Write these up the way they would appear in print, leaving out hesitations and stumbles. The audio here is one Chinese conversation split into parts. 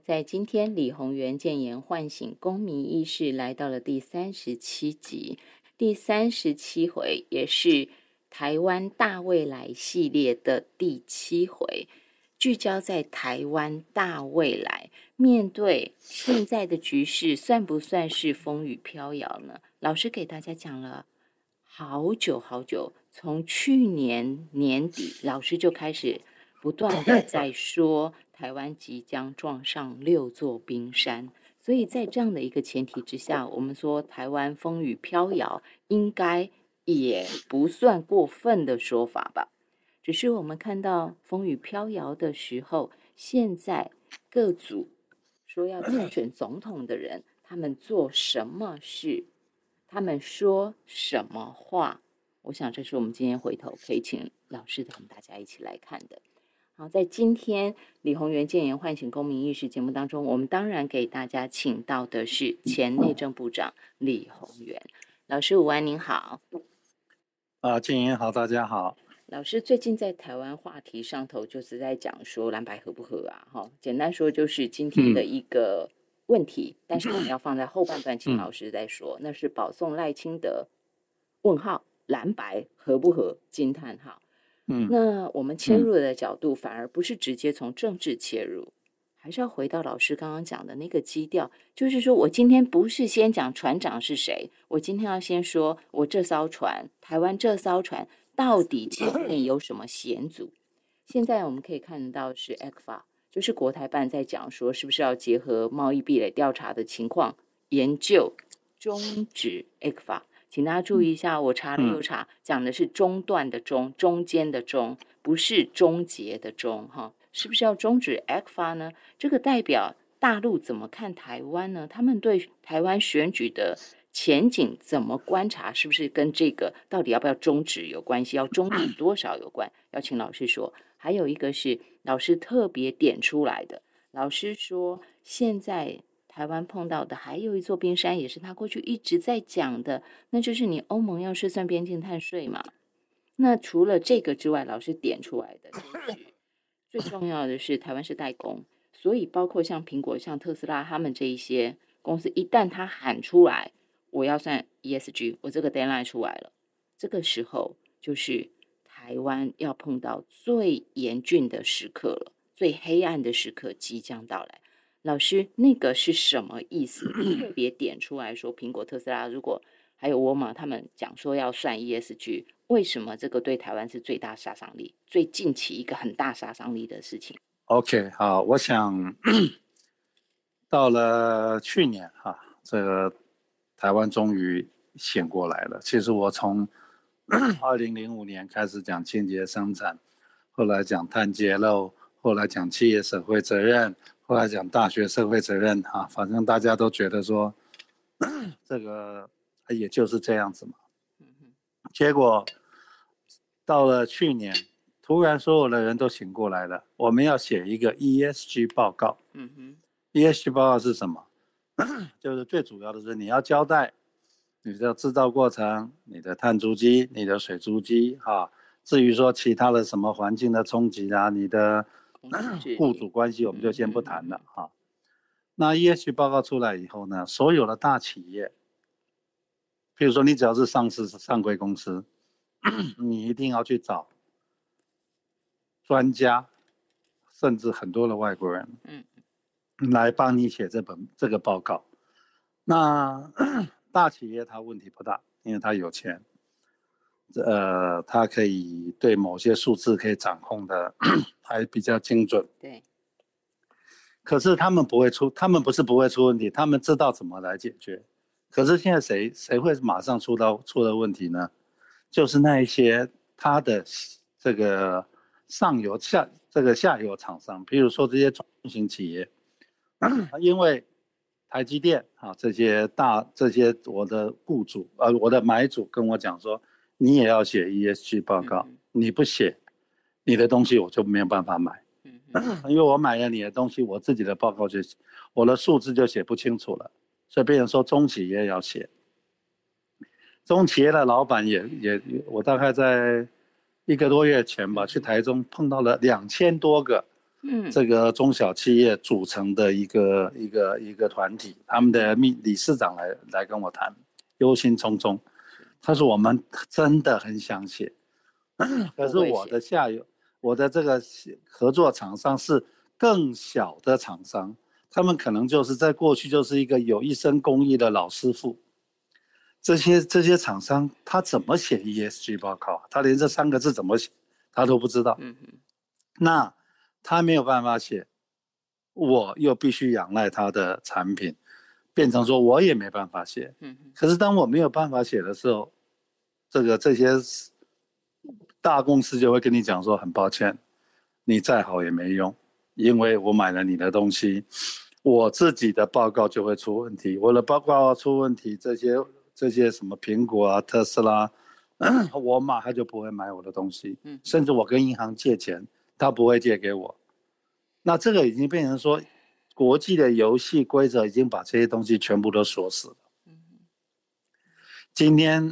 在今天李宏源建言唤醒公民意识来到了第37集，第37回也是台湾大未来系列的第7回，聚焦在台湾大未来。面对现在的局势，算不算是风雨飘摇呢？老师给大家讲了好久好久，从去年年底，老师就开始不断的在说台湾即将撞上6座冰山，所以在这样的一个前提之下，我们说台湾风雨飘摇，应该也不算过分的说法吧。只是我们看到风雨飘摇的时候，现在各组说要竞选总统的人，他们做什么事，他们说什么话，我想这是我们今天回头可以请老师和大家一起来看的。好，在今天李宏源建言唤醒公民意识节目当中，我们当然给大家请到的是前内政部长李宏源老师。午安，您好。 建言好，大家好。 老师最近在台湾话题上头就是在讲说蓝白合不合啊，简单说就是今天的一个问题，但是我们要放在后半段请老师再说，那是保送赖清德问号蓝白合不合惊叹号。那我们切入的角度反而不是直接从政治切入，还是要回到老师刚刚讲的那个基调，就是说我今天不是先讲船长是谁，我今天要先说我这艘船，台湾这艘船到底前面有什么险阻。现在我们可以看到是 ECFA， 就是国台办在讲说是不是要结合贸易壁垒调查的情况研究终止 ECFA。请大家注意一下，我查了又查，讲的是中断的中，中间的中，不是终结的终哈。是不是要终止 ECFA 呢？这个代表大陆怎么看台湾呢？他们对台湾选举的前景怎么观察？是不是跟这个到底要不要终止有关系？要终止多少有关？要请老师说。还有一个是老师特别点出来的，老师说现在台湾碰到的还有一座冰山，也是他过去一直在讲的，那就是你欧盟要试算边境碳税嘛。那除了这个之外，老师点出来的就是最重要的是台湾是代工，所以包括像苹果、像特斯拉他们这一些公司，一旦他喊出来我要算 ESG， 我这个 deadline 出来了，这个时候就是台湾要碰到最严峻的时刻了，最黑暗的时刻即将到来。老师，那个是什么意思？特别点出来说，苹果、特斯拉，如果还有沃尔玛，他们讲说要算 ESG， 为什么这个对台湾是最大杀伤力、最近期一个很大杀伤力的事情 ？OK， 好，我想到了去年这个台湾终于醒过来了。其实我从2005年开始讲清洁生产，后来讲碳揭露，后来讲企业社会责任，后来讲大学社会责任反正大家都觉得说这个也就是这样子嘛。结果到了去年，突然所有的人都醒过来了，我们要写一个 ESG 报告。ESG 报告是什么？就是最主要的是你要交代你的制造过程、你的碳足迹、你的水足迹至于说其他的什么环境的冲击你的雇主关系我们就先不谈了那 ESG 报告出来以后呢，所有的大企业，譬如说你只要是上市上柜公司，你一定要去找专家，甚至很多的外国人来帮你写这个报告。那大企业它问题不大，因为它有钱，它可以对某些数字可以掌控的还比较精准。 对。 可是他们不是不会出问题，他们知道怎么来解决。可是现在谁会马上出的问题呢？就是那一些他的这个上游下游厂商，比如说这些中型企业，因为台积电这些我的雇主我的买主跟我讲说，你也要写 ESG 报告，你不写，你的东西我就没有办法买。因为我买了你的东西，我自己的报告我的数字就写不清楚了，所以变成说中企业要写。中企业的老板我大概在1个多月前吧，去台中碰到了2000多个这个中小企业组成的一个团体，他们的理事长来跟我谈，忧心忡忡。他说我们真的很想写，可是我的下游，我的这个合作厂商是更小的厂商，他们可能就是在过去就是一个有一身工艺的老师傅。这些厂商他怎么写 ESG 报告？他连这3个字怎么写他都不知道。那他没有办法写，我又必须仰赖他的产品，变成说我也没办法写。可是当我没有办法写的时候，这些大公司就会跟你讲说，很抱歉，你再好也没用，因为我买了你的东西，我自己的报告就会出问题，我的报告出问题，这些什么苹果啊、特斯拉、沃尔玛他就不会买我的东西，甚至我跟银行借钱，他不会借给我。那这个已经变成说，国际的游戏规则已经把这些东西全部都锁死了。今天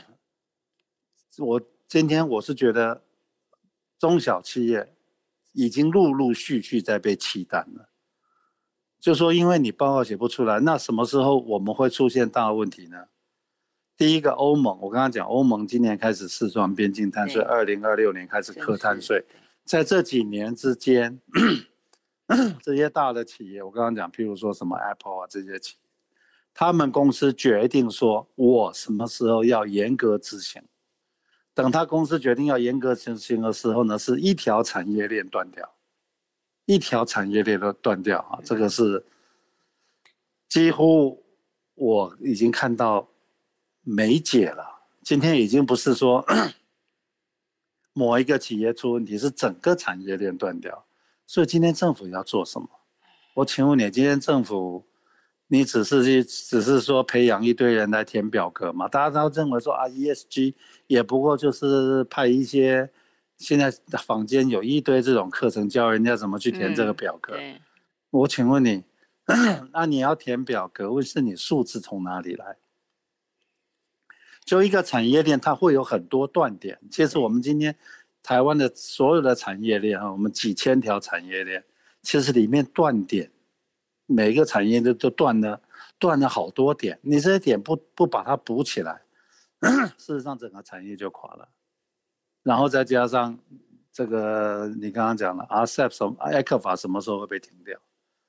我是觉得，中小企业已经陆陆续续在被弃单了。就说因为你报告写不出来，那什么时候我们会出现大问题呢？第一个，欧盟，我刚刚讲，欧盟今年开始试算边境碳税，2026年开始课碳税，在这几年之间，这些大的企业，我刚刚讲，譬如说什么 Apple 啊这些企业，他们公司决定说，我什么时候要严格执行。等他公司决定要严格执行的时候呢，是一条产业链断掉，一条产业链都断掉啊！这个是几乎我已经看到没解了。今天已经不是说某一个企业出问题，是整个产业链断掉。所以今天政府要做什么？我请问你，今天政府你只是说培养一堆人来填表格嘛？大家都认为说啊 ，ESG 也不过就是派一些，现在坊间有一堆这种课程教人家怎么去填这个表格。我请问你，那你要填表格，问是你数字从哪里来？就一个产业链，它会有很多断点。其实我们今天台湾的所有的产业链我们几千条产业链，其实里面断点，每个产业都断了好多点。你这些点不把它补起来，事实上整个产业就垮了。然后再加上这个你刚刚讲了 RCEP 什么 ECFA 什么时候会被停掉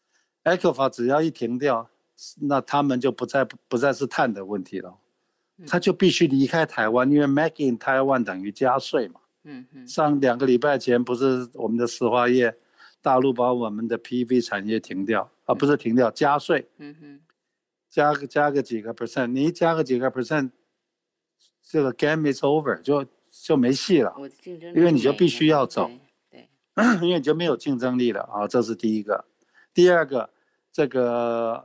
？ECFA 只要一停掉，那他们就不再是碳的问题了。他就必须离开台湾，因为 Make in Taiwan 等于加税嘛。上2个礼拜前不是我们的石化业，大陆把我们的 PV 产业停掉不是停掉，加税。加个几个 percent， 你一加个几个 percent， 这个 game is over， 就没戏了。因为你就必须要走，因为你就没有竞争力了啊，这是第一个。第二个，这个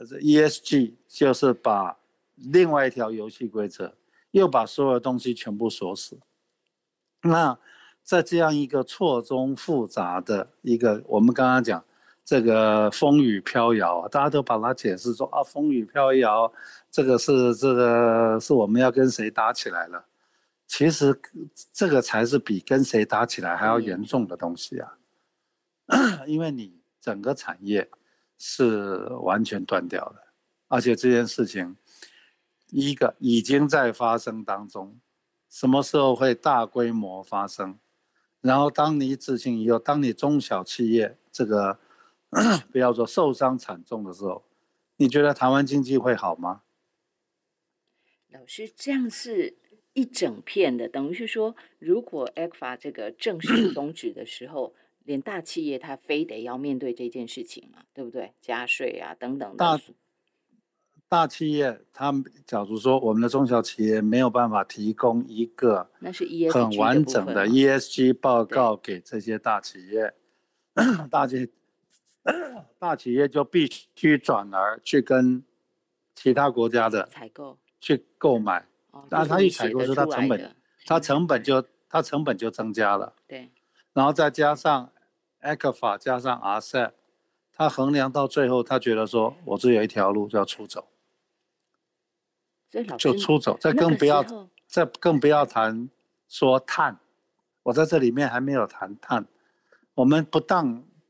ESG 就是把另外一条游戏规则，又把所有东西全部锁死。那在这样一个错综复杂的一个，我们刚刚讲这个风雨飘摇，大家都把它解释说风雨飘摇，这个是我们要跟谁打起来了。其实这个才是比跟谁打起来还要严重的东西啊，因为你整个产业是完全断掉的，而且这件事情一个已经在发生当中，什么时候会大规模发生？然后当你执行以后，当你中小企业这个不要说受伤惨重的时候，你觉得台湾经济会好吗？ 老师，这样是一整片的，等于是说，如果 ECFA 这个正式终止的时候，连大企业它非得要面对这件事情嘛，对不对？加税啊等等的。 大企业，他们假如说我们的中小企业没有办法提供一个很完整的 ESG 报告给这些大企业，大企业就必须转而去跟其他国家的采购去购买。但他一采购是他成本就增加了。 对， 然后再加上 ECFA 加上 RCEP， 他衡量到最后，他觉得说我只有一条路，就要出走。就出走，再更不要谈说碳。我在这里面还没有谈碳。我们不当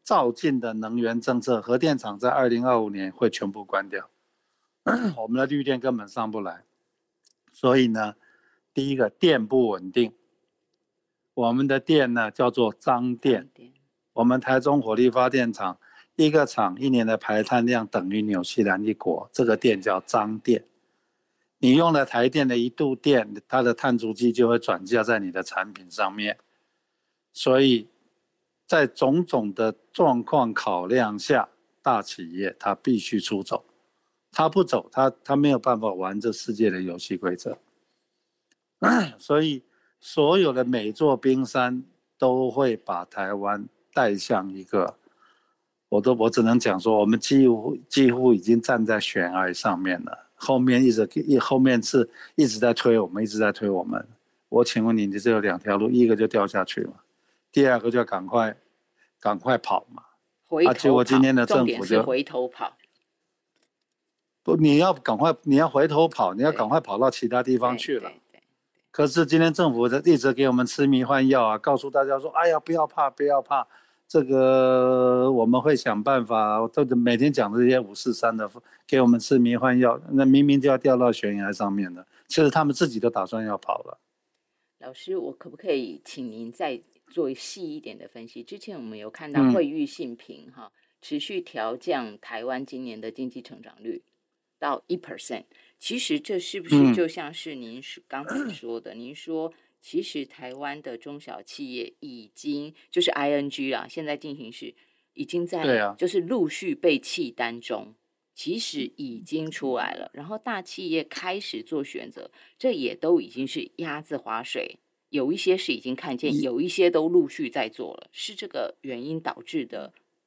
照进的能源政策，核电厂在2025年会全部关掉，我们的绿电根本上不来。所以呢，第一个电不稳定，我们的电呢叫做脏电。我们台中火力发电厂一个厂1年的排碳量等于纽西兰1国，这个电叫脏电。你用了台电的1度电，它的碳足迹就会转嫁在你的产品上面。所以在种种的状况考量下，大企业它必须出走，它不走，它没有办法玩这世界的游戏规则。所以所有的每座冰山都会把台湾带向一个，我只能讲说，我们几乎已经站在悬崖上面了，后面是一直在推我们，一直在推我们。我请问你只有2条路，一个就掉下去嘛，第二个就赶快跑嘛。 回头跑， 结果今天的政府重点是回头跑。 不，你要回头跑，你要赶快跑到其他地方去了。可是今天政府一直给我们吃迷幻药啊，告诉大家说，哎呀，不要怕，不要怕，这个我们会想办法。都每天讲这些543的，给我们吃迷幻药，那明明就要掉到悬崖上面的。其实他们自己都打算要跑了。 老师，我可不可以请您再做细一点的分析？之前我们有看到惠誉信评持续调降台湾今年的经济成长率到1%。其实这是不是就像是您刚才说的？您说其实台湾的中小企业已经就是 ING 啦，现在进行时已经在就是陆续被弃单中，其实已经出来了。然后大企业开始做选择，这也都已经是鸭子划水，有一些是已经看见，有一些都陆续在做了，是这个原因导致的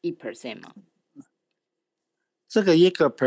1% 吗？ 这个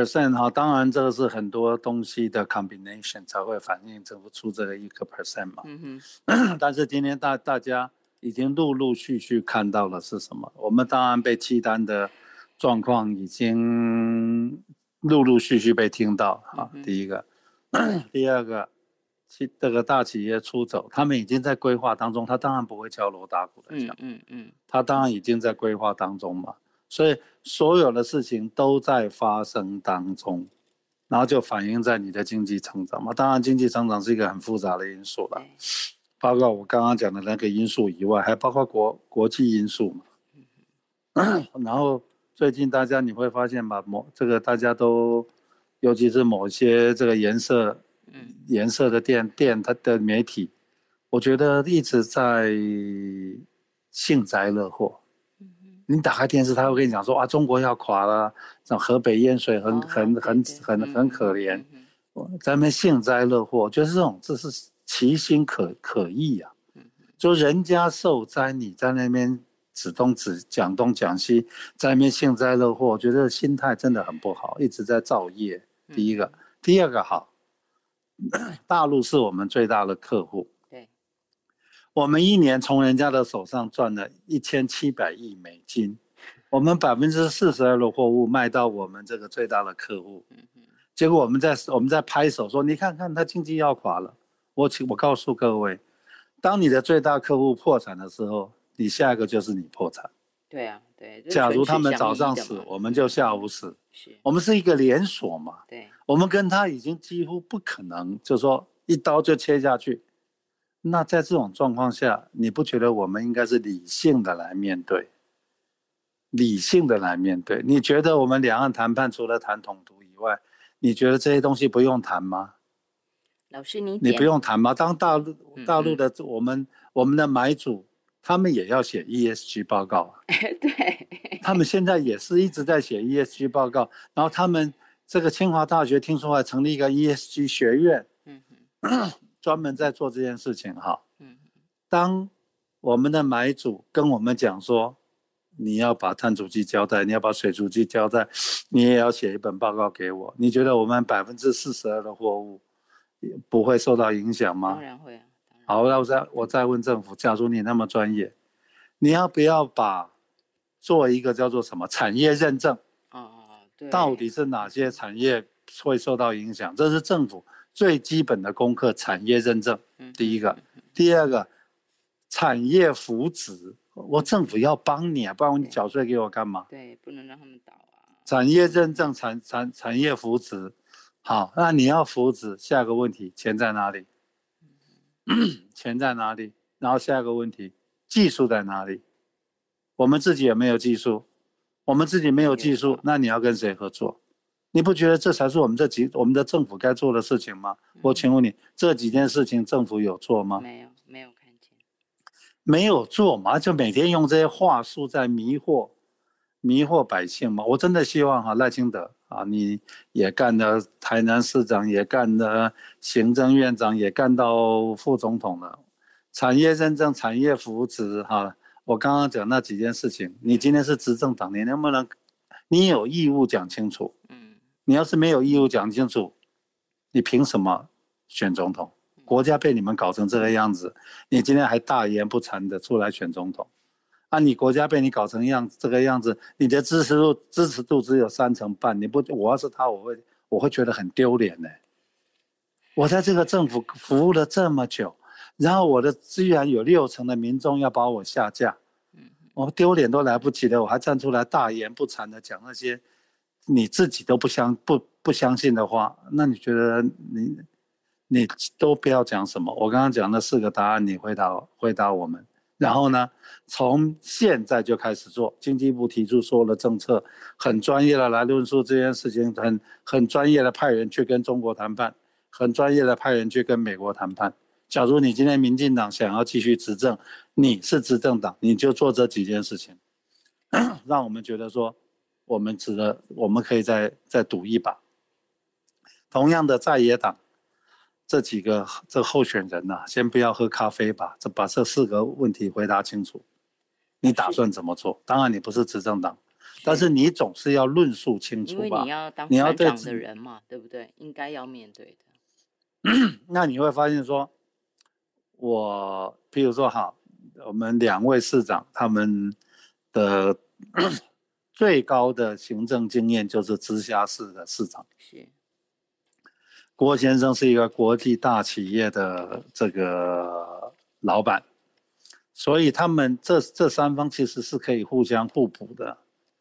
1% 当然这个是很多东西的 combination 才会反映政府出这个1% 嘛。但是今天大家已经陆续看到了是什么？我们当然被弃单的状况已经陆续被听到第一个，第二个，这个大企业出走，他们已经在规划当中，他当然不会敲锣打鼓的讲，他当然已经在规划当中嘛。所以所有的事情都在发生当中，然后就反映在你的经济成长嘛。当然经济成长是一个很复杂的因素了，包括我刚刚讲的那个因素以外，还包括国际因素嘛。然后最近你会发现吧，这个大家都，尤其是某些这个颜色的电它的媒体，我觉得一直在幸灾乐祸。你打开电视，他会跟你讲说中国要垮了，河北淹水很可怜，在那边幸灾乐祸，就是这是其心可议啊。就人家受灾，你在那边讲东讲西，在那边幸灾乐祸，我觉得心态真的很不好，一直在造业。第一个，第二个好，大陆是我们最大的客户。我们1年从人家的手上赚了1700亿美金，我们42%的货物卖到我们这个最大的客户，结果我们在拍手说，你看看他经济要垮了。我告诉各位，当你的最大客户破产的时候，你下一个就是你破产。 对啊，对。 假如他们早上死，我们就下午死。我们是一个连锁嘛， 对， 我们跟他已经几乎不可能，就是说一刀就切下去。那在这种状况下，你不觉得我们应该是理性的来面对？理性的来面对。你觉得我们两岸谈判除了谈统独以外，你觉得这些东西不用谈吗？ 老师，你不用谈吗？当大陆的我们的买主，他们也要写 ESG 报告对， 他们现在也是一直在写 ESG 报告，然后他们这个清华大学听说还成立一个 ESG 学院，专门在做这件事情哈。当我们的买主跟我们讲说，你要把碳足迹交代，你要把水足迹交代，你也要写一本报告给我，你觉得我们42%的货物不会受到影响吗？ 当然会啊。 好，那我再问政府，假如你那么专业，你要不要做一个叫做什么产业认证？ 对， 到底是哪些产业会受到影响？这是政府最基本的功课，产业认证。第一个，第二个，产业福祉。 我政府要帮你啊，不然你缴税给我干嘛？ 对，不能让他们倒啊。 产业认证、产业扶持，好，那你要扶持，下个问题，钱在哪里？钱在哪里？然后下一个问题，技术在哪里？我们自己也没有技术，我们自己没有技术，那你要跟谁合作？你不觉得这才是我们的政府该做的事情吗？我请问你，这几件事情政府有做吗？ 没有看见， 没有做嘛，就每天用这些话术在迷惑百姓嘛。我真的希望赖清德啊，你也干了台南市长，也干了行政院长，也干到副总统了。产业认证、产业扶持我刚刚讲那几件事情，你今天是执政党，你能不能，你有义务讲清楚？你要是没有义务讲清楚，你凭什么选总统？国家被你们搞成这个样子，你今天还大言不惭的出来选总统，你国家被你搞成这个样子，你的支持度只有3成半，我要是他，我会觉得很丢脸呢。我在这个政府服务了这么久，然后我的居然有60%的民众要把我下架，我丢脸都来不及了，我还站出来大言不惭的讲那些你自己都不相信的话，那你觉得你都不要讲什么？我刚刚讲的4个答案，你回答我们。然后呢，从现在就开始做。经济部提出所有的政策，很专业的来论述这件事情，很专业的派人去跟中国谈判，很专业的派人去跟美国谈判。假如你今天民进党想要继续执政，你是执政党，你就做这几件事情，让我们觉得说，我们可以再赌一把。同样的，在野党这几个候选人先不要喝咖啡吧，把这4个问题回答清楚。你打算怎么做？当然你不是执政党，但是你总是要论述清楚吧。 因为你要当船长的人嘛，对不对？应该要面对的。 那你会发现说，譬如说我们2位市长他们的最高的行政经验就是直辖市的市长。 是。 郭先生是一个国际大企业的这个老板，所以他们这3方其实是可以互相互补的。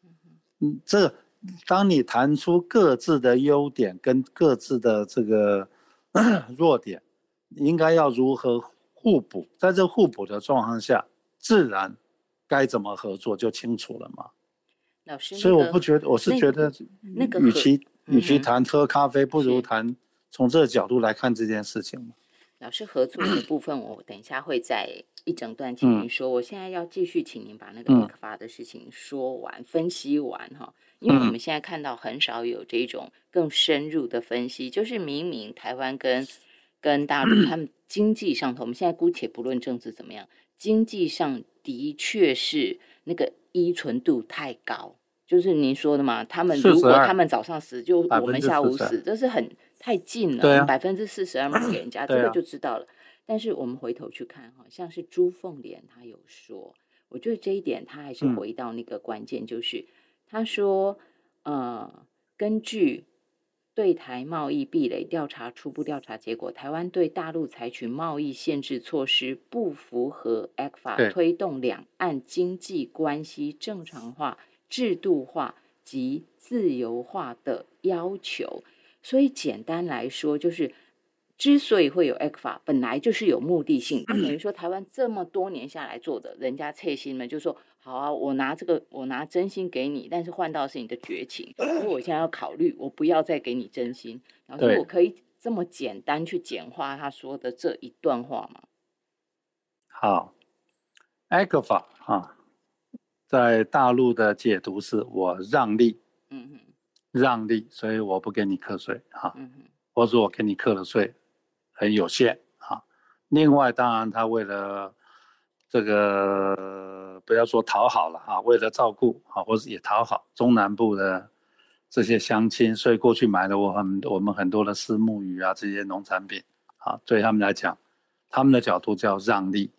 当你谈出各自的优点跟各自的这个弱点，应该要如何互补，在这互补的状况下，自然该怎么合作就清楚了嘛。 老师， 所以我是觉得与其谈喝咖啡，不如谈从这个角度来看这件事情嘛。 老师，合作的部分我等一下会在一整段请您说，我现在要继续请您把那个 ECFA 的事情说完、分析完因为我们现在看到很少有这种更深入的分析，就是明明台湾跟大陆他们经济上头，我们现在姑且不论政治怎么样，经济上的确是那个依存度太高，就是您说的嘛，如果他们早上死，就我们下午死，这是太近了。42%买给人家，这个就知道了。但是我们回头去看像是朱凤莲他有说，我觉得这一点他还是回到那个关键，就是他说根据对台贸易壁垒调查初步调查结果，台湾对大陆采取贸易限制措施不符合 ECFA 推动两岸经济关系正常化、制度化及自由化的要求。所以简单来说，就是之所以会有 ECFA， 本来就是有目的性，等于说台湾这么多年下来做的，人家蔡心们就说好啊，我拿真心给你，但是换到是你的绝情，所以我现在要考虑，我不要再给你真心。然后我可以这么简单去简化他说的这一段话吗？ 好 ，ECFA 在大陆的解读是我让利，让利，所以我不给你课税或者我给你课的税很有限另外，当然他为了这个不要说讨好了为了照顾或者也讨好中南部的这些乡亲，所以过去买了我们很多的虱目鱼这些农产品对他们来讲，他们的角度叫让利。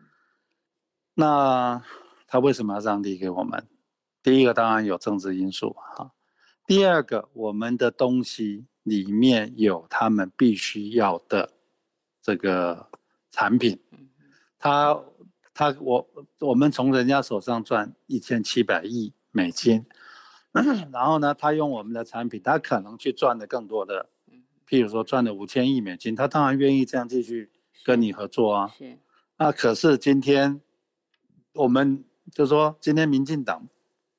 那他为什么要让利给我们？第一个当然有政治因素第二个，我们的东西里面有他们必须要的这个产品，他我们从人家手上赚1700亿美金，然后呢，他用我们的产品，他可能去赚的更多的，譬如说赚了5000亿美金，他当然愿意这样继续跟你合作啊。 是。 那可是今天我们就说，今天民进党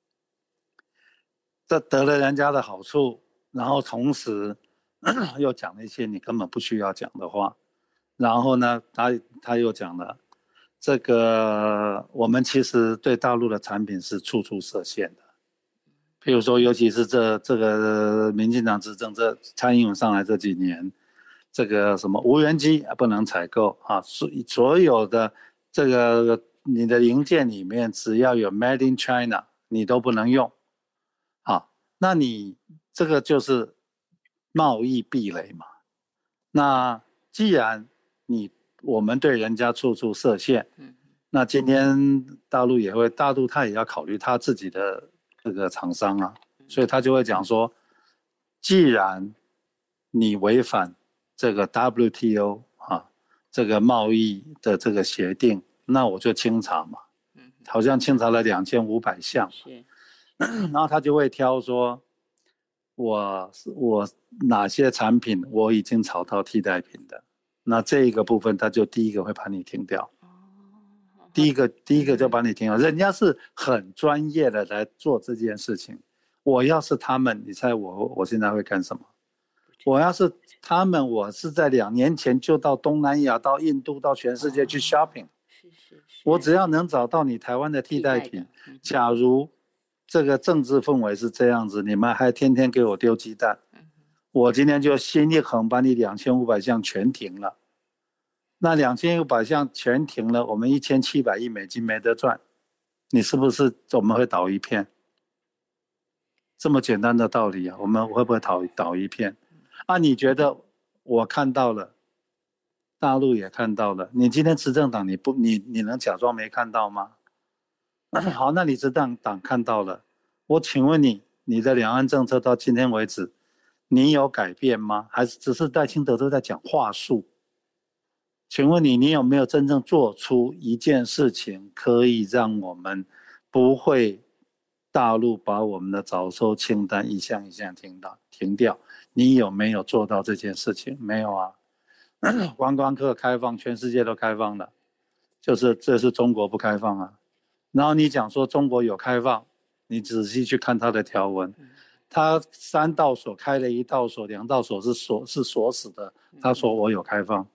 这得了人家的好处，然后同时又讲了一些你根本不需要讲的话，然后呢，他又讲了这个我们其实对大陆的产品是处处设限的，譬如说，尤其是这个民进党执政，这蔡英文上来这几年，这个什么无人机不能采购啊，所有的这个你的零件里面只要有 Made in China， 你都不能用。那你这个就是贸易壁垒嘛。那既然我们对人家处处设限，那今天大陆他也要考虑他自己的这个厂商啊，所以他就会讲说，既然你违反这个 WTO 这个贸易的这个协定，那我就清查嘛，好像清查了2500项。 是。 然后他就会挑说，我哪些产品我已经找到替代品的，那这一个部分他就第一个会把你停掉。第一个就把你停掉，人家是很专业的来做这件事情。我要是他们，你猜我现在会干什么？我要是他们，我是在2年前就到东南亚、到印度、到全世界去 shopping。我只要能找到你台湾的替代品，假如这个政治氛围是这样子，你们还天天给我丢鸡蛋，我今天就心一横把你2500项全停了。那2500项全停了，我们1700亿美金没得赚，你是不是我们会倒一片？这么简单的道理啊，我们会不会倒一片？你觉得我看到了，大陆也看到了，你今天执政党你能假装没看到吗？好，那你执政党看到了，我请问你的两岸政策到今天为止，你有改变吗？还是只是赖清德都在讲话术？请问你有没有真正做出一件事情，可以让我们不会大陆把我们的早收清单一项一项停掉？你有没有做到这件事情？没有啊。观光客开放，全世界都开放了，这是中国不开放啊。然后你讲说中国有开放，你仔细去看它的条文，它3道锁开了1道锁，2道锁是锁死的。他说我有开放，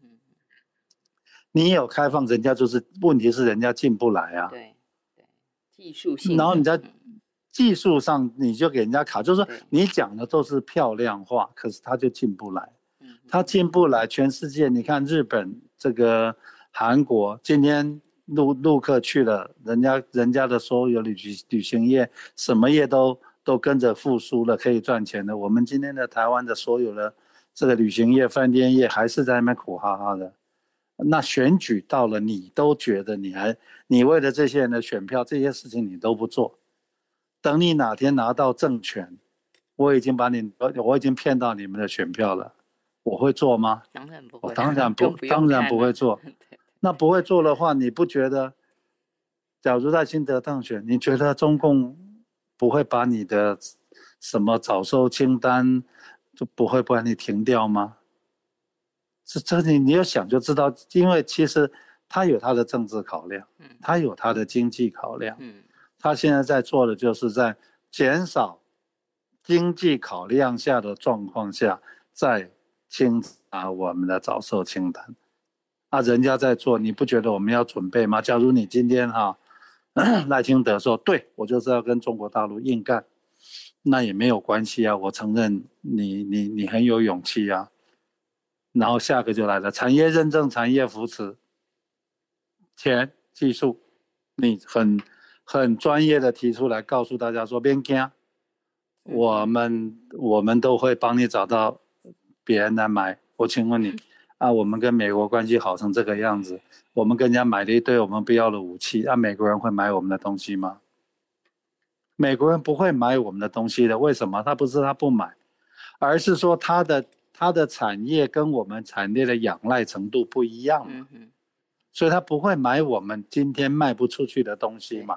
你有开放，人家就是问题是人家进不来啊。 对，技术性。 然后你在技术上你就给人家卡，就是说你讲的都是漂亮话，可是他就进不来。他进不来，全世界你看日本、这个韩国，今天陆客去了，人家的所有旅行业，什么业都跟着复苏了，可以赚钱的。我们今天的台湾的所有的这个旅行业、饭店业还是在那边苦哈哈的。那选举到了，你都觉得你为了这些人的选票，这些事情你都不做。等你哪天拿到政权，我已经骗到你们的选票了，我会做吗？ 当然不会， 我当然不会做。那不会做的话，你不觉得，假如赖清德当选，你觉得中共不会把你的什么早收清单就不会把你停掉吗？这你有想就知道，因为其实他有他的政治考量，他有他的经济考量，他现在在做的就是在减少经济考量下的状况下，在清查我们的早收清单。人家在做，你不觉得我们要准备吗？假如你今天赖清德说，对，我就是要跟中国大陆硬干，那也没有关系啊，我承认你很有勇气啊。然后下个就来了，产业认证、产业扶持、钱、技术，你很专业的提出来，告诉大家说别怕，我们都会帮你找到别人来买。我请问你我们跟美国关系好成这个样子，我们跟人家买了一堆我们不要的武器，美国人会买我们的东西吗？美国人不会买我们的东西的，为什么？他不是他不买，而是说他的产业跟我们产业的仰赖程度不一样嘛。 所以他不会买我们今天卖不出去的东西嘛。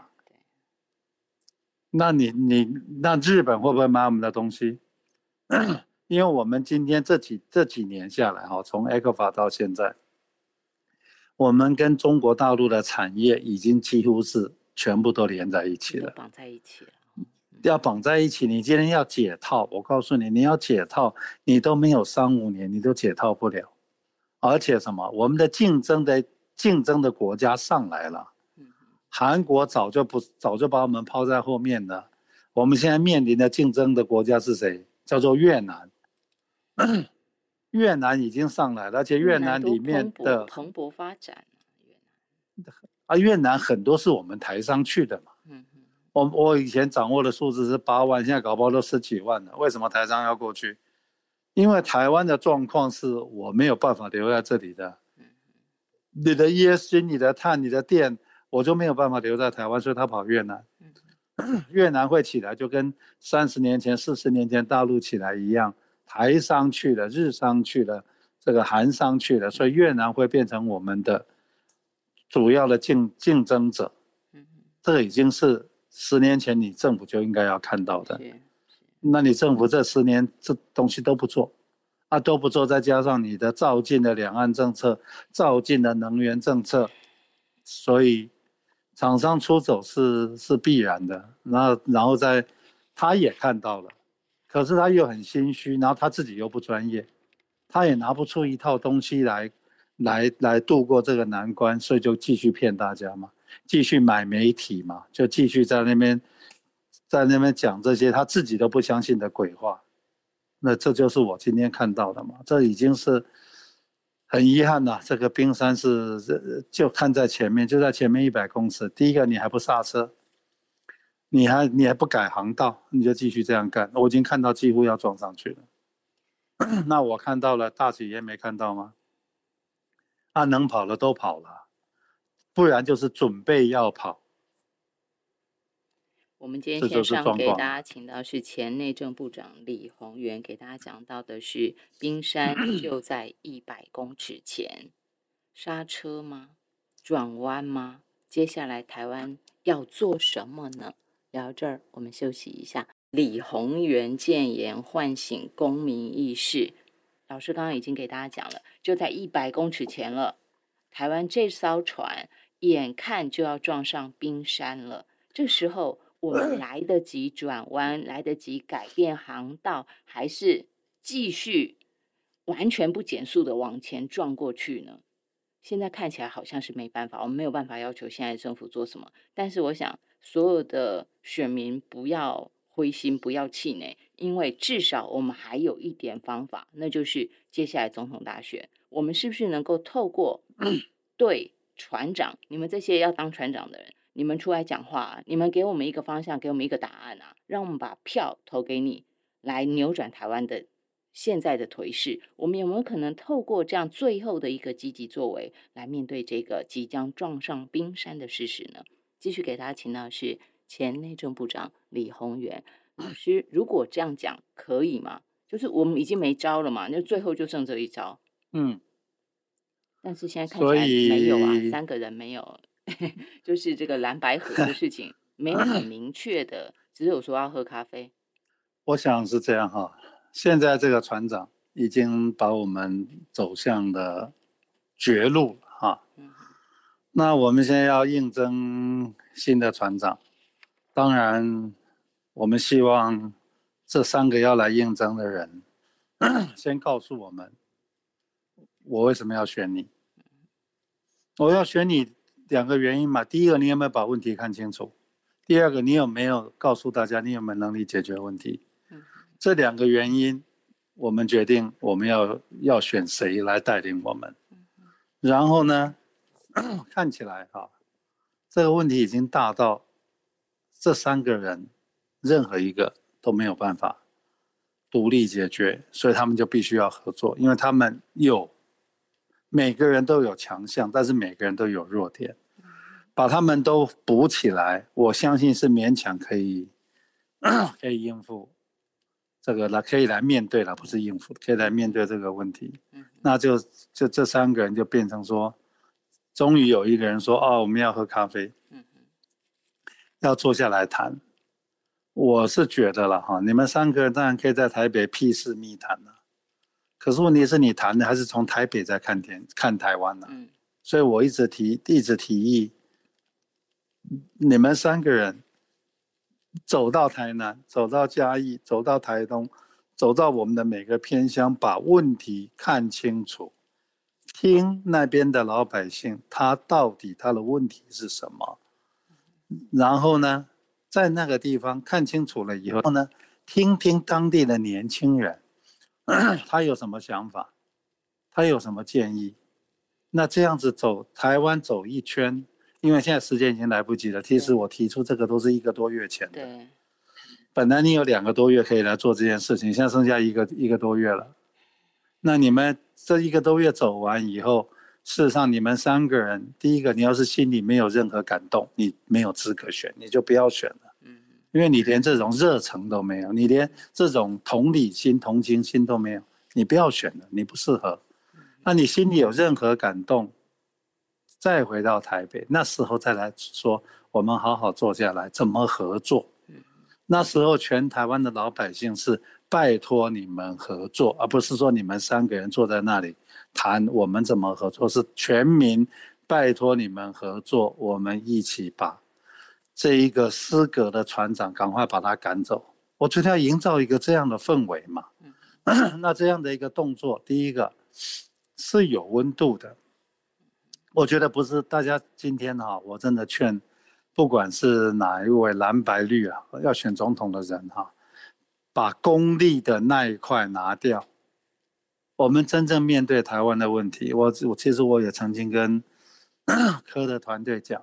那那日本会不会买我们的东西？因为我们今天这几年下来从 ECFA 到现在，我们跟中国大陆的产业已经几乎是全部都连在一起了， 绑在一起了。 要绑在一起，你今天要解套，我告诉你，你要解套，你都没有3-5年，你都解套不了。而且什么，我们的竞争的国家上来了，韩国早就把我们抛在后面了。我们现在面临的竞争的国家是谁？叫做越南。越南已经上来了，而且越南里面的蓬勃发展。 越南很多是我们台商去的嘛。我以前掌握的数字是8万，现在搞不好都10几万了。为什么台商要过去？因为台湾的状况是我没有办法留在这里的。你的 ESG、你的碳、你的电，我就没有办法留在台湾，所以他跑越南。越南会起来，就跟30年前、40年前大陆起来一样，台商去了，日商去了，这个韩商去了，所以越南会变成我们的主要的竞争者。这个已经是10年前你政府就应该要看到的。那你政府这10年这东西都不做都不做，再加上你的照进的两岸政策，照进的能源政策，所以厂商出走是必然的。然后他也看到了，可是他又很心虚，然后他自己又不专业，他也拿不出一套东西来度过这个难关，所以就继续骗大家嘛，继续买媒体嘛，就继续在那边讲这些他自己都不相信的鬼话。那这就是我今天看到的嘛，这已经是很遗憾了。这个冰山就看在前面，就在前面100公尺。第一个你还不刹车，你还不改航道，你就继续这样干。我已经看到几乎要撞上去了。那我看到了，大企业没看到吗？能跑的都跑了，不然就是准备要跑。 我们今天线上给大家请到是前内政部长李鸿源，给大家讲到的是冰山就在100公尺前，刹车吗？转弯吗？接下来台湾要做什么呢？聊到这儿，我们休息一下。李鸿源建言唤醒公民意识，老师刚刚已经给大家讲了，就在100公尺前了，台湾这艘船眼看就要撞上冰山了，这时候我们来得及转弯，来得及改变航道，还是继续完全不减速的往前撞过去呢？现在看起来好像是没办法，我们没有办法要求现在政府做什么，但是我想所有的选民不要灰心，不要气馁，因为至少我们还有一点方法，那就是接下来总统大选，我们是不是能够透过对船长，你们这些要当船长的人，你们出来讲话，你们给我们一个方向，给我们一个答案让我们把票投给你，来扭转台湾的现在的颓势。我们有没有可能透过这样最后的一个积极作为，来面对这个即将撞上冰山的事实呢？继续给大家请到的是前内政部长李鸿源老师，如果这样讲可以吗？就是我们已经没招了嘛，那最后就剩这一招。但是现在看起来没有3个人没有就是这个蓝白合的事情没有很明确的，只有说要喝咖啡。 我想是这样现在这个船长已经把我们走向了绝路那我们现在要应征新的船长，当然我们希望这3个要来应征的人先告诉我们，我为什么要选你。我要选你2个原因嘛，第一个你有没有把问题看清楚，第二个你有没有告诉大家你有没有能力解决问题。这2个原因我们决定我们要选谁来带领我们。然后呢看起来这个问题已经大到这3个人任何一个都没有办法独立解决，所以他们就必须要合作，因为他们每个人都有强项，但是每个人都有弱点，把他们都补起来，我相信是勉强可以应付这个可以来面对了，不是应付，可以来面对这个问题。那就这3个人就变成说终于有一个人说，哦，我们要喝咖啡，要坐下来谈。我是觉得了哈，你们3个人当然可以在台北屁事密谈了，可是问题是你谈的还是从台北在看台湾呢？所以我一直提议，你们3个人走到台南，走到嘉义，走到台东，走到我们的每个偏乡，把问题看清楚，听那边的老百姓他到底他的问题是什么，然后呢在那个地方看清楚了以后呢，听听当地的年轻人他有什么想法，他有什么建议。那这样子台湾走一圈，因为现在时间已经来不及了，其实我提出这个都是1个多月前的，对，本来你有2个多月可以来做这件事情，现在剩下一个多月了。那你们这1个多月走完以后，事实上你们3个人，第一个你要是心里没有任何感动，你没有资格选，你就不要选了，因为你连这种热忱都没有，你连这种同理心同情心都没有，你不要选了，你不适合。那你心里有任何感动，再回到台北，那时候再来说我们好好坐下来怎么合作。那时候全台湾的老百姓是拜托你们合作，而不是说你们3个人坐在那里谈我们怎么合作，是全民拜托你们合作，我们一起把这一个失格的船长赶快把他赶走。我觉得要营造一个这样的氛围嘛。那这样的一个动作，第一个是有温度的。我觉得不是大家今天我真的劝不管是哪一位蓝白绿要选总统的人把功利的那一块拿掉。我们真正面对台湾的问题，其实我也曾经跟柯的团队讲，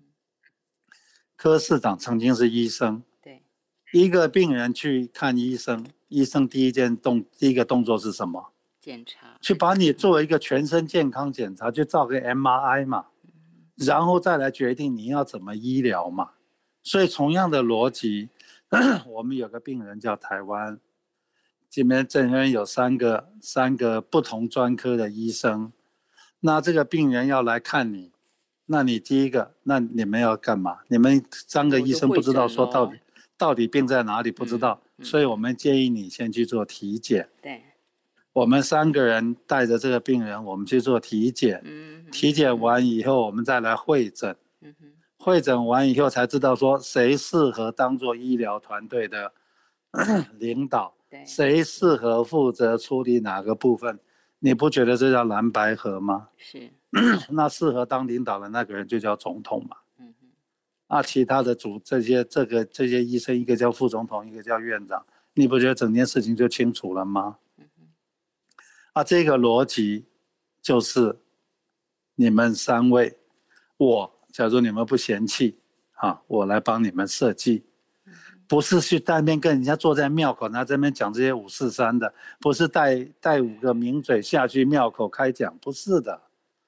柯市长曾经是医生，对，一个病人去看医生，医生第一个动作是什么？检查，去把你做一个全身健康检查，就照个 MRI 嘛，然后再来决定你要怎么医疗嘛。所以同样的逻辑，我们有个病人叫台湾，这边有三个不同专科的医生，那这个病人要来看你，那你第一个，那你们要干嘛？你们3个医生不知道说到底病在哪里，不知道，所以我们建议你先去做体检。对。我们3个人带着这个病人，我们去做体检，体检完以后，我们再来会诊，会诊完以后才知道说谁适合当做医疗团队的领导，谁适合负责处理哪个部分，你不觉得这叫蓝白合吗？是，那适合当领导的那个人就叫总统嘛，其他的这些医生，一个叫副总统，一个叫院长，你不觉得整件事情就清楚了吗？这个逻辑就是你们3位，假如你们不嫌弃我来帮你们设计，不是去那边跟人家坐在庙口，他这边讲这些543的，不是带5个名嘴下去庙口开讲，不是的。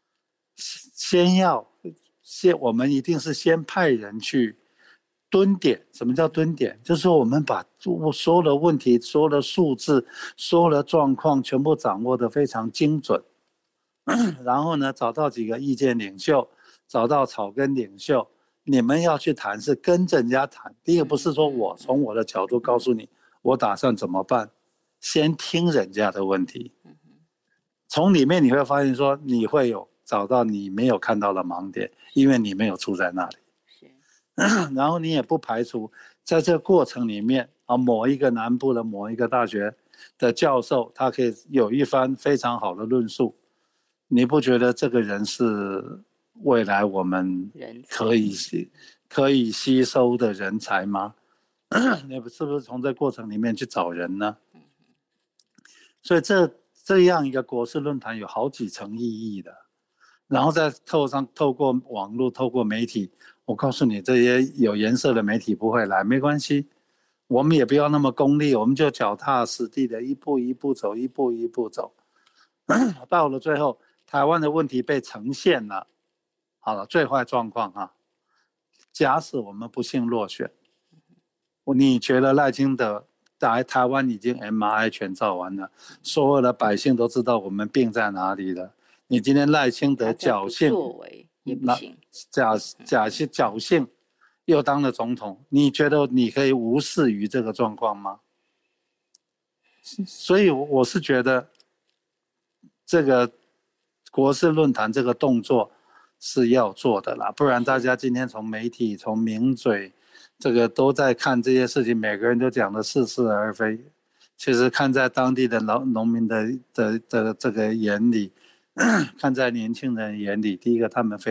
我们一定是先派人去蹲点。什么叫蹲点？就是说我们把所有的问题、所有的数字、所有的状况全部掌握得非常精准，然后呢，找到几个意见领袖，找到草根领袖，你们要去谈是跟着人家谈。第一个不是说我从我的角度告诉你我打算怎么办，先听人家的问题，从里面你会发现说你会有找到你没有看到的盲点，因为你没有住在那里。然后你也不排除在这个过程里面某一个南部的某一个大学的教授，他可以有一番非常好的论述，你不觉得这个人是未来我们可以吸收的人才吗？你是不是从这过程里面去找人呢？所以这样一个国事论坛有好几层意义的，然后再透过网络，透过媒体，我告诉你，这些有颜色的媒体不会来，没关系，我们也不要那么功利，我们就脚踏实地的一步一步走，一步一步走。到了最后，台湾的问题被呈现了，好了，最坏状况假使我们不幸落选，你觉得赖清德来台湾已经 MRI 全照完了，所有的百姓都知道我们病在哪里了，你今天赖清德侥幸也不行， 侥幸又当了总统，你觉得你可以无视于这个状况吗？所以我是觉得这个国事论坛这个动作是要做的啦，不然大家今天从媒体从名嘴这个都在看这些事情，每个人都讲的似是而非。其实看在当地的农民的这个眼里，看在年轻人眼里，第一个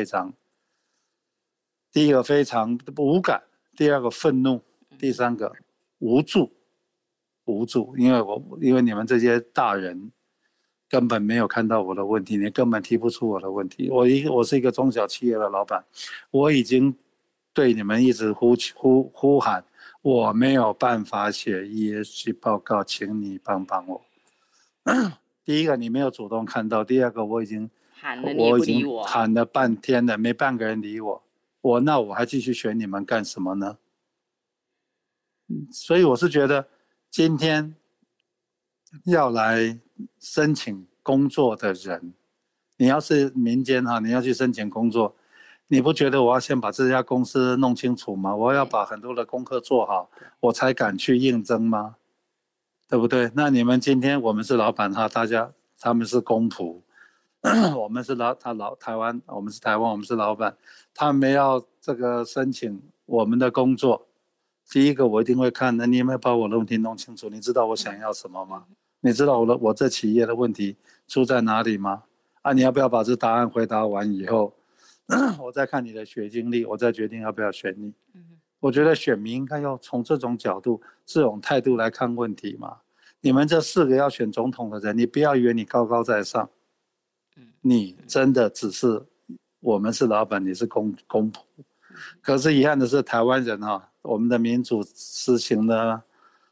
非常无感，第二个愤怒，第三个无助，因为你们这些大人根本没有看到我的问题，你根本提不出我的问题。我是一个中小企业的老板，我已经对你们一直呼喊，我没有办法写 ESG 报告，请你帮帮我。第一个你没有主动看到，第二个我已经喊了你也不理我， 喊了半天了，没半个人理我，那我还继续选你们干什么呢？所以我是觉得今天要来申请工作的人，你要是民间你要去申请工作，你不觉得我要先把这家公司弄清楚吗？我要把很多的功课做好，我才敢去应征吗？对不对？那你们今天我们是老板他们是公仆，我们是台湾，我们是台湾，我们是老板，他们要这个申请我们的工作，第一个我一定会看，那你有没有把我的问题弄清楚？你知道我想要什么吗？你知道我这企业的问题出在哪里吗？你要不要把这答案回答完以后，我再看你的学经历，我再决定要不要选你。我觉得选民应该要从这种角度、这种态度来看问题嘛。你们这4个要选总统的人，你不要以为你高高在上，你真的只是我们是老板，你是公仆。可是遗憾的是，台湾人我们的民主实行了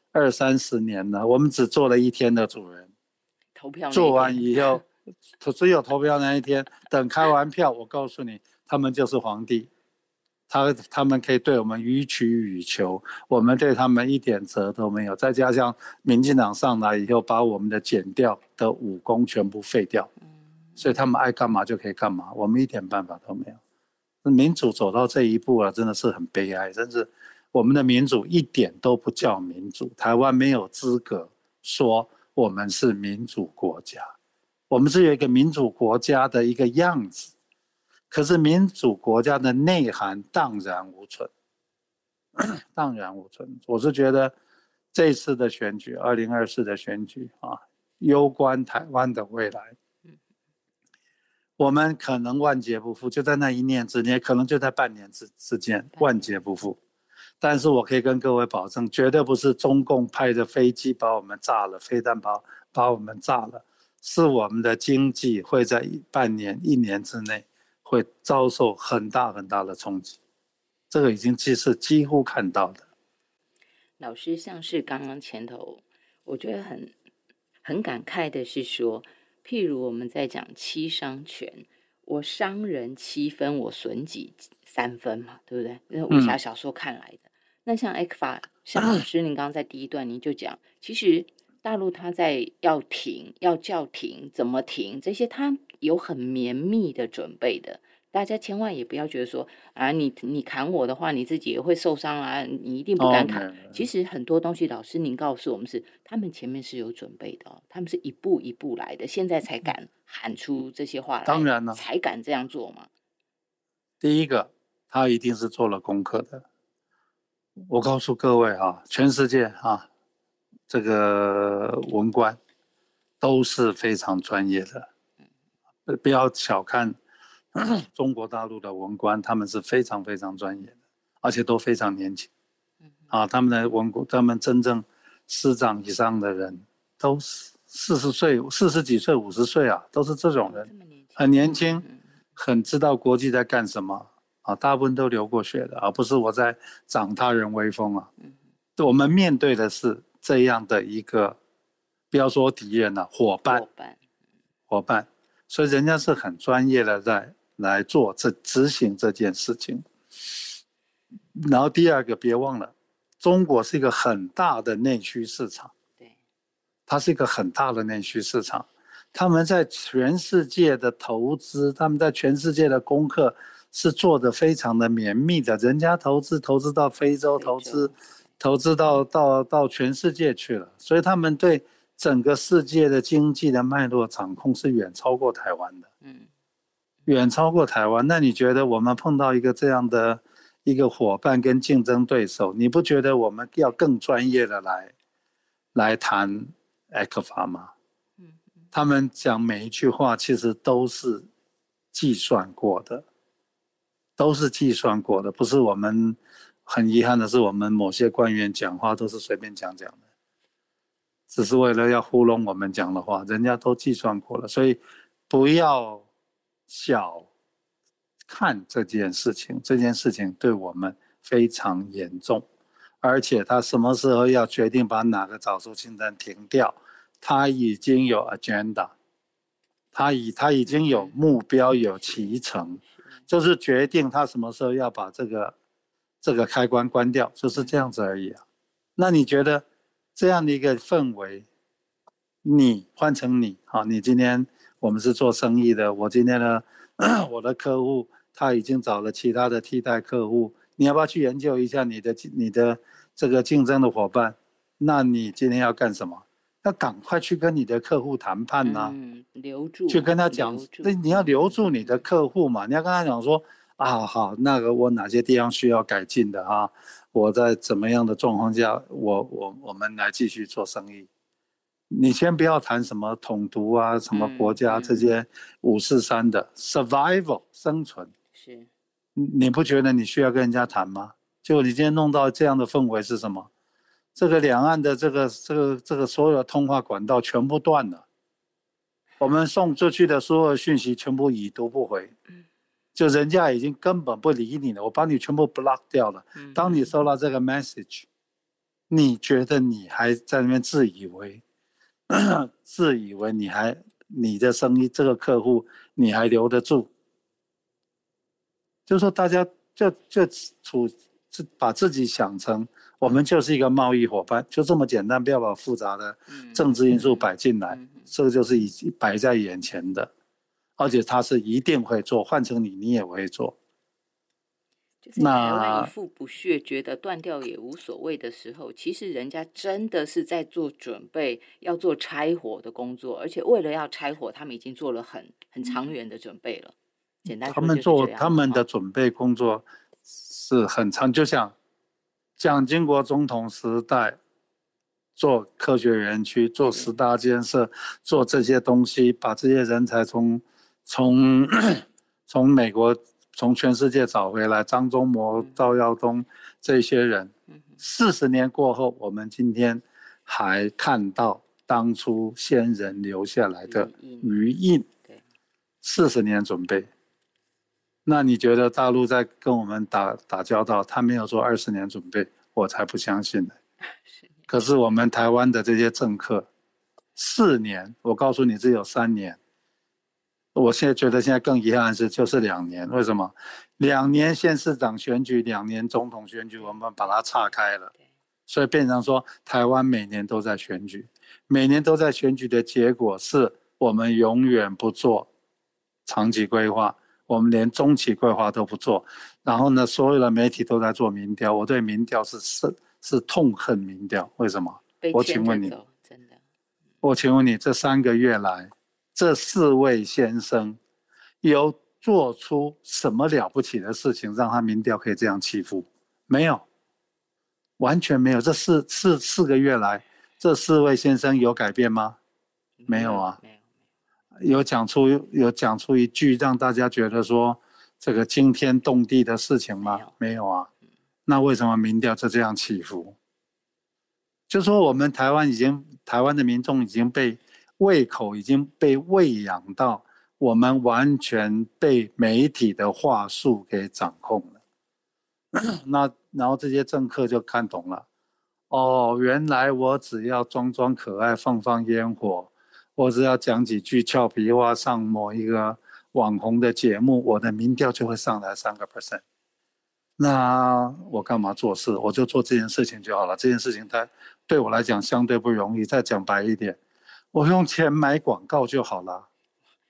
20-30年了，我们只做了1天的主人。 投票做完以后，只有投票那一天，等开完票，我告诉你，他们就是皇帝。他们可以对我们予取予求，我们对他们一点责都没有。再加上民进党上来以后，把我们的检调的武功全部废掉，所以他们爱干嘛就可以干嘛，我们一点办法都没有。民主走到这一步了，真的是很悲哀，真是我们的民主一点都不叫民主。台湾没有资格说我们是民主国家，我们是有一个民主国家的一个样子。可是民主国家的内涵荡然无存，荡然无存。我是觉得这次的选举，2024的选举攸关台湾的未来。我们可能万劫不复，就在那一念之间，可能就在半年之间万劫不复。但是我可以跟各位保证，绝对不是中共派的飞机把我们炸了，飞弹把我们炸了，是我们的经济会在半年、1年之内会遭受很大很大的冲击，这个已经是几乎看到的。 老师，像是刚刚前头，我觉得很感慨的是说，譬如我们在讲七伤拳，我伤人7分，我损己3分嘛，对不对？那武侠小说看来的。那像 ECFA， 像老师您刚刚在第一段您就讲，其实大陆它在要停、要叫停、怎么停，这些它有很绵密的准备的。大家千万也不要觉得说你砍我的话，你自己也会受伤啊，你一定不敢砍。其实很多东西，老师您告诉我们是，他们前面是有准备的他们是一步一步来的，现在才敢喊出这些话来， 当然了， 才敢这样做嘛。 第一个，他一定是做了功课的。我告诉各位全世界这个文官都是非常专业的，不要小看中国大陆的文官，他们是非常非常专业的，而且都非常年轻他们真正师长以上的人都40岁、40几岁、50岁都是这种人，很年轻，很知道国际在干什么大部分都流过血的不是我在长他人威风我们面对的是这样的一个，不要说敌人伙伴，所以人家是很专业的在来做执行这件事情。然后第二个，别忘了，中国是一个很大的内需市场，它是一个很大的内需市场，他们在全世界的投资，他们在全世界的功课是做的非常的绵密的，人家投资到非洲，投资到全世界去了，所以他们对整个世界的经济的脉络掌控是远超过台湾的，远超过台湾。那你觉得我们碰到一个这样的一个伙伴跟竞争对手，你不觉得我们要更专业的来谈 ECFA 吗？他们讲每一句话其实都是计算过的，不是我们很遗憾的是，我们某些官员讲话都是随便讲讲的，只是为了要糊弄我们讲的话，人家都计算过了。所以不要小看这件事情，这件事情对我们非常严重，而且他什么时候要决定把哪个早熟清单停掉，他已经有 agenda， 他已经有目标，有期程，就是决定他什么时候要把这个开关关掉，就是这样子而已啊。那你觉得这样的一个氛围，你换成你，你今天我们是做生意的，我今天呢，我的客户他已经找了其他的替代客户，你要不要去研究一下你的这个竞争的伙伴？那你今天要干什么？要赶快去跟你的客户谈判啊， 留住， 去跟他讲，你要留住你的客户嘛，你要跟他讲说啊，好，那个我哪些地方需要改进的啊，我在怎么样的状况下，我们来继续做生意。你先不要谈什么统独啊，什么国家这些543的 survival 生存， 是， 你不觉得你需要跟人家谈吗？结果你今天弄到这样的氛围是什么？这个两岸的这个所有的通话管道全部断了，我们送出去的所有讯息全部已读不回，就人家已经根本不理你了，我把你全部 block 掉了。当你收到这个 message， 你觉得你还在那边自以为你的生意这个客户你还留得住？就是说大家就把自己想成我们就是一个贸易伙伴，就这么简单，不要把复杂的政治因素摆进来，这个就是已经摆在眼前的，而且他是一定会做，换成你也会做。 就是台湾一副不屑，觉得断掉也无所谓的时候，其实人家真的是在做准备，要做拆伙的工作，而且为了要拆伙，他们已经做了很长远的准备了。简单说就是这样， 他们的准备工作是很长，就像蒋经国总统时代做科学园区，做10大建设，做这些东西，把这些人才从美国从全世界找回来，张忠谋、赵耀东这些人，40年过后，我们今天还看到当初先人留下来的余印，40年准备。那你觉得大陆在跟我们打交道，他没有做20年准备，我才不相信呢。可是我们台湾的这些政客，4年，我告诉你只有3年。我现在觉得现在更遗憾的是，就是2年。为什么？2年县市长选举，2年总统选举，我们把它岔开了，所以变成说台湾每年都在选举，每年都在选举的结果是我们永远不做长期规划。我们连中期规划都不做，然后呢，所有的媒体都在做民调。我对民调是痛恨民调，为什么？我请问你， 真的， 我请问你，这3个月来，这4位先生有做出什么了不起的事情，让他民调可以这样起伏？没有，完全没有。这4个月来，这4位先生有改变吗？没有啊。有讲出一句让大家觉得说这个惊天动地的事情吗？没有啊。那为什么民调就这样起伏？就说我们台湾的民众已经被胃口已经被喂养到，我们完全被媒体的话术给掌控了。那然后这些政客就看懂了，哦，原来我只要装可爱，放烟火，我只要讲几句俏皮话，上某一个网红的节目，我的民调就会上来3%。那我干嘛做事？我就做这件事情就好了。这件事情它对我来讲相对不容易。再讲白一点，我用钱买广告就好了。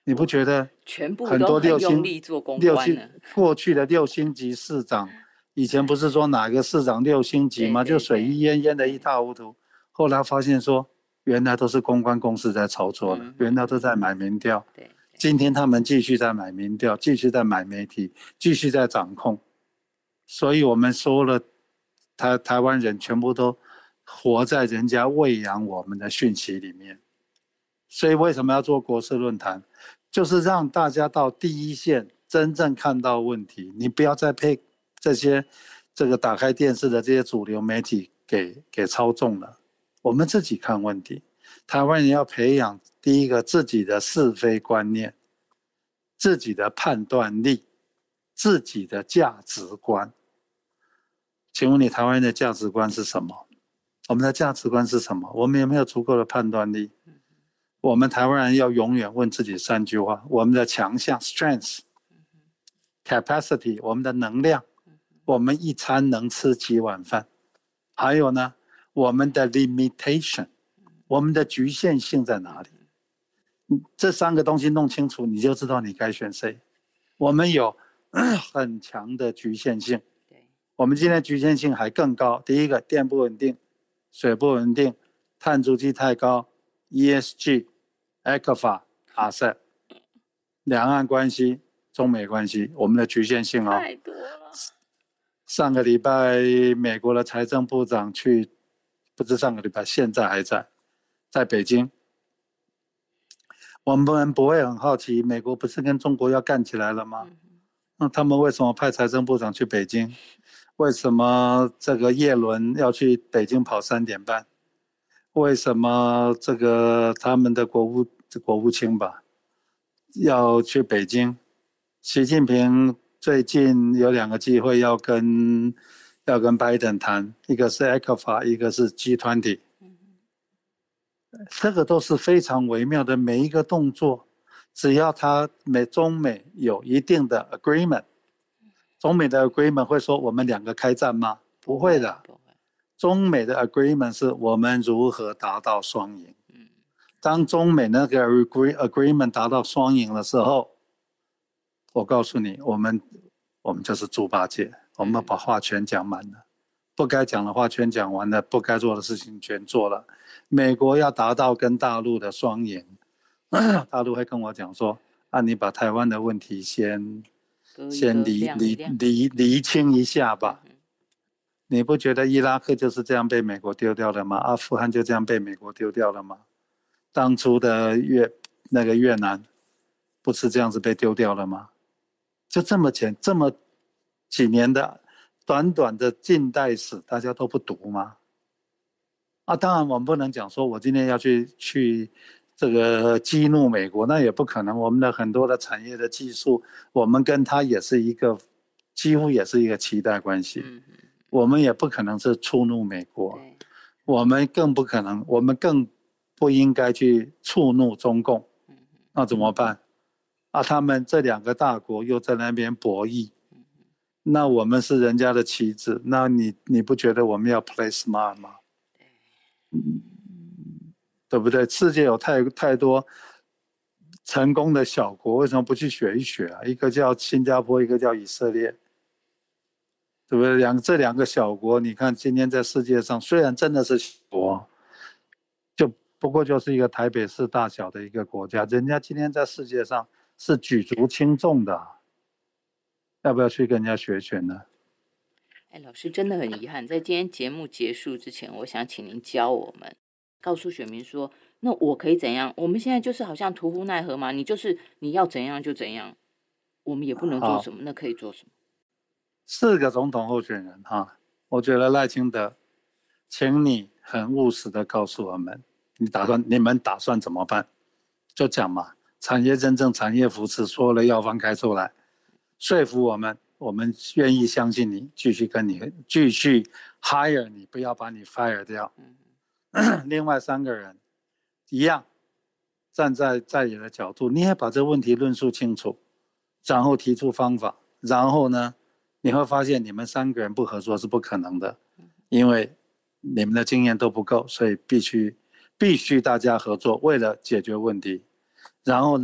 你不觉得全部很都很多六星用力做公关呢？ 过去的6星级市长，以前不是说哪个市长6星级吗？就水一淹的一塌糊涂。后来发现说，原来都是公关公司在操作的，原来都在买民调。今天他们继续在买民调，继续在买媒体，继续在掌控。所以我们说了，台湾人全部都活在人家喂养我们的讯息里面。所以为什么要做国事论坛？就是让大家到第一线真正看到问题，你不要再被这个打开电视的这些主流媒体给操纵了。我们自己看问题，台湾人要培养第一个自己的是非观念，自己的判断力，自己的价值观。请问你台湾人的价值观是什么？我们的价值观是什么？我们有没有足够的判断力？我们台湾人要永远问自己3句话：我们的强项 strength capacity， 我们的能量，我们一餐能吃几碗饭，还有呢，我们的 limitation， 我们的局限性在哪里？这3个东西弄清楚，你就知道你该选谁。我们有很强的局限性，我们今天局限性还更高。第一个，电不稳定，水不稳定，碳足迹太高， ESG、ECFA、RCEP， 两岸关系、中美关系，我们的局限性太多了。 上个礼拜美国的财政部长去，不是上个礼拜，现在还在北京。我们不会很好奇，美国不是跟中国要干起来了吗？那他们为什么派财政部长去北京？为什么这个叶伦要去北京跑3点半？为什么这个他们的国务卿吧要去北京？习近平最近有2个机会要跟拜登谈，一个是 ECFA， 一个是 G20。这个都是非常微妙的，每一个动作，只要中美有一定的 agreement， 中美的 agreement 会说我们2个开战吗？不会的。中美的 agreement 是我们如何达到双赢。当中美那个 agreement 达到双赢的时候，我告诉你，我们就是猪八戒，我们把话全讲满了，不该讲的话全讲完了，不该做的事情全做了。美国要达到跟大陆的双赢，大陆会跟我讲说，你把台湾的问题先厘清一下吧。你不觉得伊拉克就是这样被美国丢掉了吗？阿富汗就这样被美国丢掉了吗？当初的越南不是这样子被丢掉了吗？就这么几年的短短的近代史，大家都不读吗？当然我们不能讲说我今天要去这个激怒美国，那也不可能。我们的很多的产业的技术，我们跟他也是几乎也是一个期待关系。我们也不可能是触怒美国，我们更不应该去触怒中共。那怎么办？他们这2个大国又在那边博弈，那我们是人家的棋子，那你不觉得我们要 play smart 吗？对不对？世界有太多成功的小国，为什么不去学一学啊？一个叫新加坡，一个叫以色列，对不对？这两个小国，你看今天在世界上虽然真的是小国，不过就是一个台北市大小的一个国家，人家今天在世界上是举足轻重的，要不要去跟人家学学呢？ 老师真的很遗憾，在今天节目结束之前，我想请您教我们，告诉选民说，那我可以怎样？我们现在就是好像屠夫奈何嘛，你要怎样就怎样，我们也不能做什么，那可以做什么 ？4个总统候选人我觉得赖清德，请你很务实的告诉我们，你们打算怎么办？就讲嘛，产业认证、产业扶持，所有的药方开出来，说服我们愿意相信你，继续 hire 你，不要把你 fire 掉。另外3个人一样，站在野的角度，你也把这问题论述清楚，然后提出方法，然后呢，你会发现你们3个人不合作是不可能的，因为你们的经验都不够，所以必须大家合作，为了解决问题。然后呢，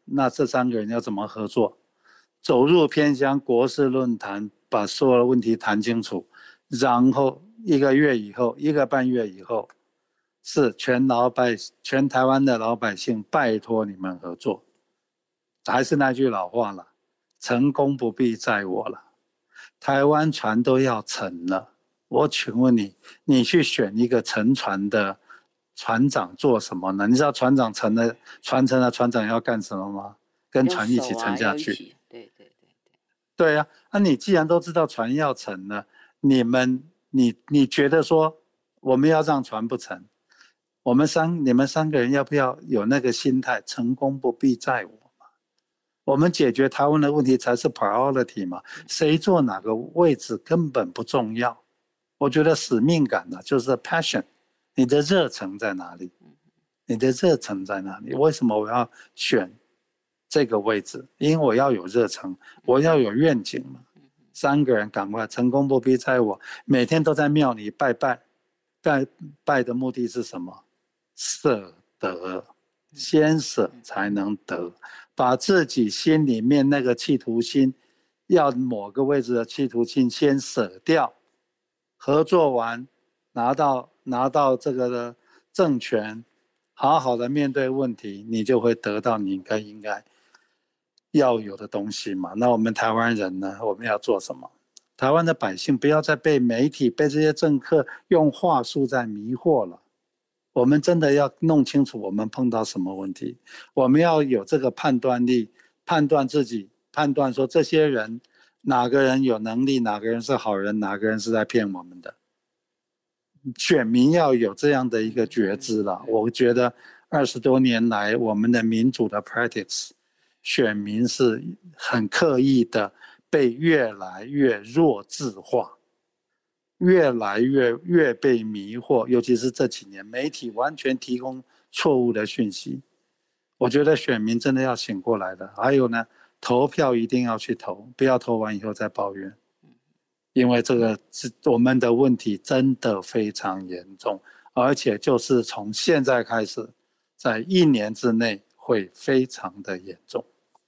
那这3个人要怎么合作？走入偏乡国事论坛，把所有的问题谈清楚，然后1个月以后，1个半月以后，是全台湾的老百姓拜托你们合作。还是那句老话了，成功不必在我了。台湾船都要沉了，我请问你，你去选一个沉船的船长做什么呢？你知道船长沉了，船沉了，船长要干什么吗？跟船一起沉下去。对啊，你既然都知道船要沉了，你觉得说我们要让船不沉，你们3个人要不要有那个心态？成功不必在我嘛，我们解决台湾的问题才是 priority 嘛，谁坐哪个位置根本不重要。我觉得使命感呢，就是 passion， 你的热忱在哪里？你的热忱在哪里？为什么我要选这个位置？因为我要有热忱，我要有愿景嘛。3个人赶快，成功不必在我，每天都在庙里拜拜，拜的目的是什么？舍得，先舍才能得，把自己心里面那个企图心，要某个位置的企图心先舍掉，合作完，拿到这个的政权，好好的面对问题，你就会得到你应该要有的东西嘛。那我们台湾人呢，我们要做什么？台湾的百姓不要再被媒体、被这些政客用话术在迷惑了。我们真的要弄清楚我们碰到什么问题，我们要有这个判断力，判断自己，判断说这些人哪个人有能力，哪个人是好人，哪个人是在骗我们的。选民要有这样的一个觉知了。我觉得20多年来我们的民主的 practice， 选民是很刻意的被越来越弱智化，越来越被迷惑，尤其是这几年媒体完全提供错误的讯息。我觉得选民真的要醒过来了。还有呢，投票一定要去投，不要投完以后再抱怨，因为这个是我们的问题真的非常严重，而且就是从现在开始，在1年之内会非常的严重。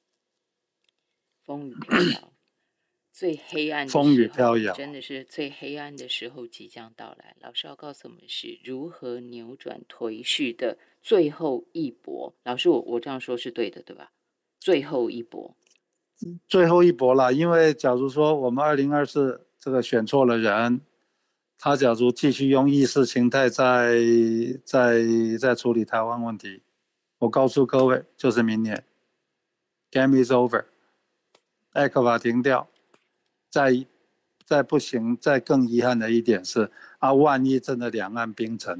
风雨飘摇，最黑暗的时候， 风雨飘摇， 真的是最黑暗的时候即将到来。老师要告诉我们是如何扭转颓势的最后一搏。老师，我这样说是对的，对吧？最后一搏， 最后一搏了。因为假如说我们2024这个选错了人，他假如继续用意识形态在处理台湾问题，我告诉各位，就是明年 game is over， ECFA 停掉。再不行，再更遗憾的一点是万一真的两岸冰城，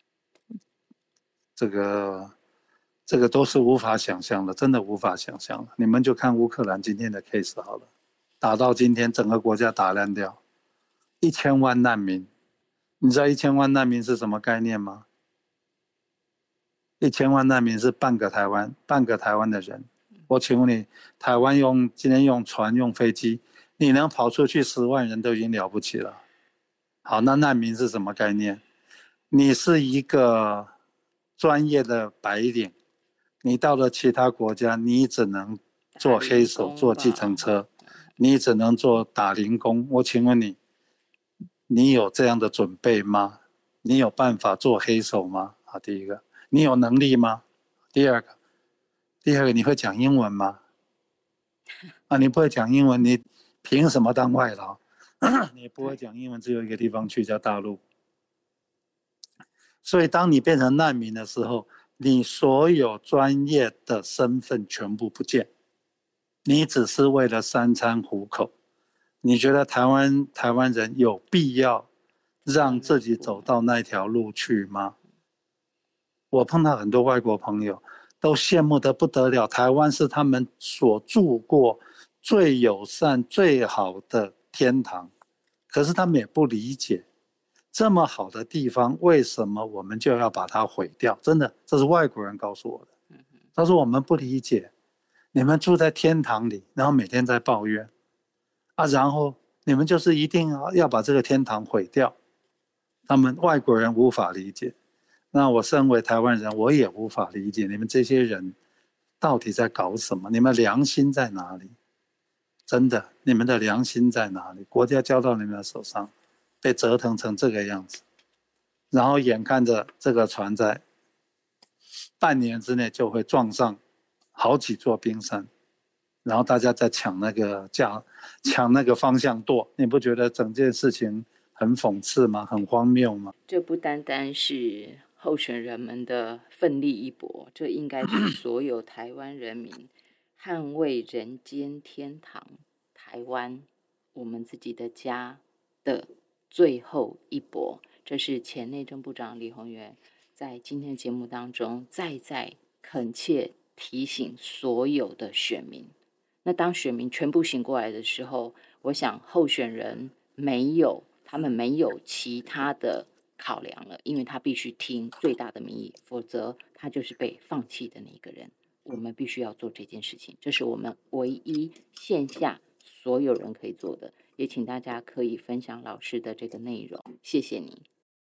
这个都是无法想象的，真的无法想象了。你们就看乌克兰今天的 case 好了，打到今天整个国家打烂掉，1000万难民。你知道1000万难民是什么概念吗？1000万难民是半个台湾的人。我请问你，台湾今天用船用飞机，你能跑出去10万人都已经了不起了。好，那难民是什么概念？你是一个专业的白领，你到了其他国家，你只能做黑手，做计程车，你只能做打零工。我请问你，你有这样的准备吗？你有办法做黑手吗？第一个，你有能力吗？第二个，你会讲英文吗？你不会讲英文，你凭什么当外劳？你不会讲英文，只有一个地方去，叫大陆。所以当你变成难民的时候，你所有专业的身份全部不见，你只是为了3餐糊口。你觉得台湾人有必要让自己走到那条路去吗？我碰到很多外国朋友都羡慕得不得了，台湾是他们所住过最友善最好的天堂，可是他们也不理解这么好的地方为什么我们就要把它毁掉。真的，这是外国人告诉我的。他说我们不理解，你们住在天堂里，然后每天在抱怨然后你们就是一定要把这个天堂毁掉。他们外国人无法理解，那我身为台湾人，我也无法理解你们这些人到底在搞什么？你们良心在哪里？真的，你们的良心在哪里？国家交到你们的手上，被折腾成这个样子，然后眼看着这个船在半年之内就会撞上好几座冰山，然后大家在抢那个方向舵，你不觉得整件事情很讽刺吗？很荒谬吗？ 这不单单是候选人们的奋力一搏，这应该是所有台湾人民捍卫人间天堂台湾我们自己的家的最后一搏。这是前内政部长李鸿源在今天节目当中再恳切提醒所有的选民。那当选民全部醒过来的时候，我想候选人他们没有其他的考量了，因为他必须听最大的民意，否则他就是被放弃的那个人。我们必须要做这件事情，这是我们唯一线下所有人可以做的，也请大家可以分享老师的这个内容，谢谢你。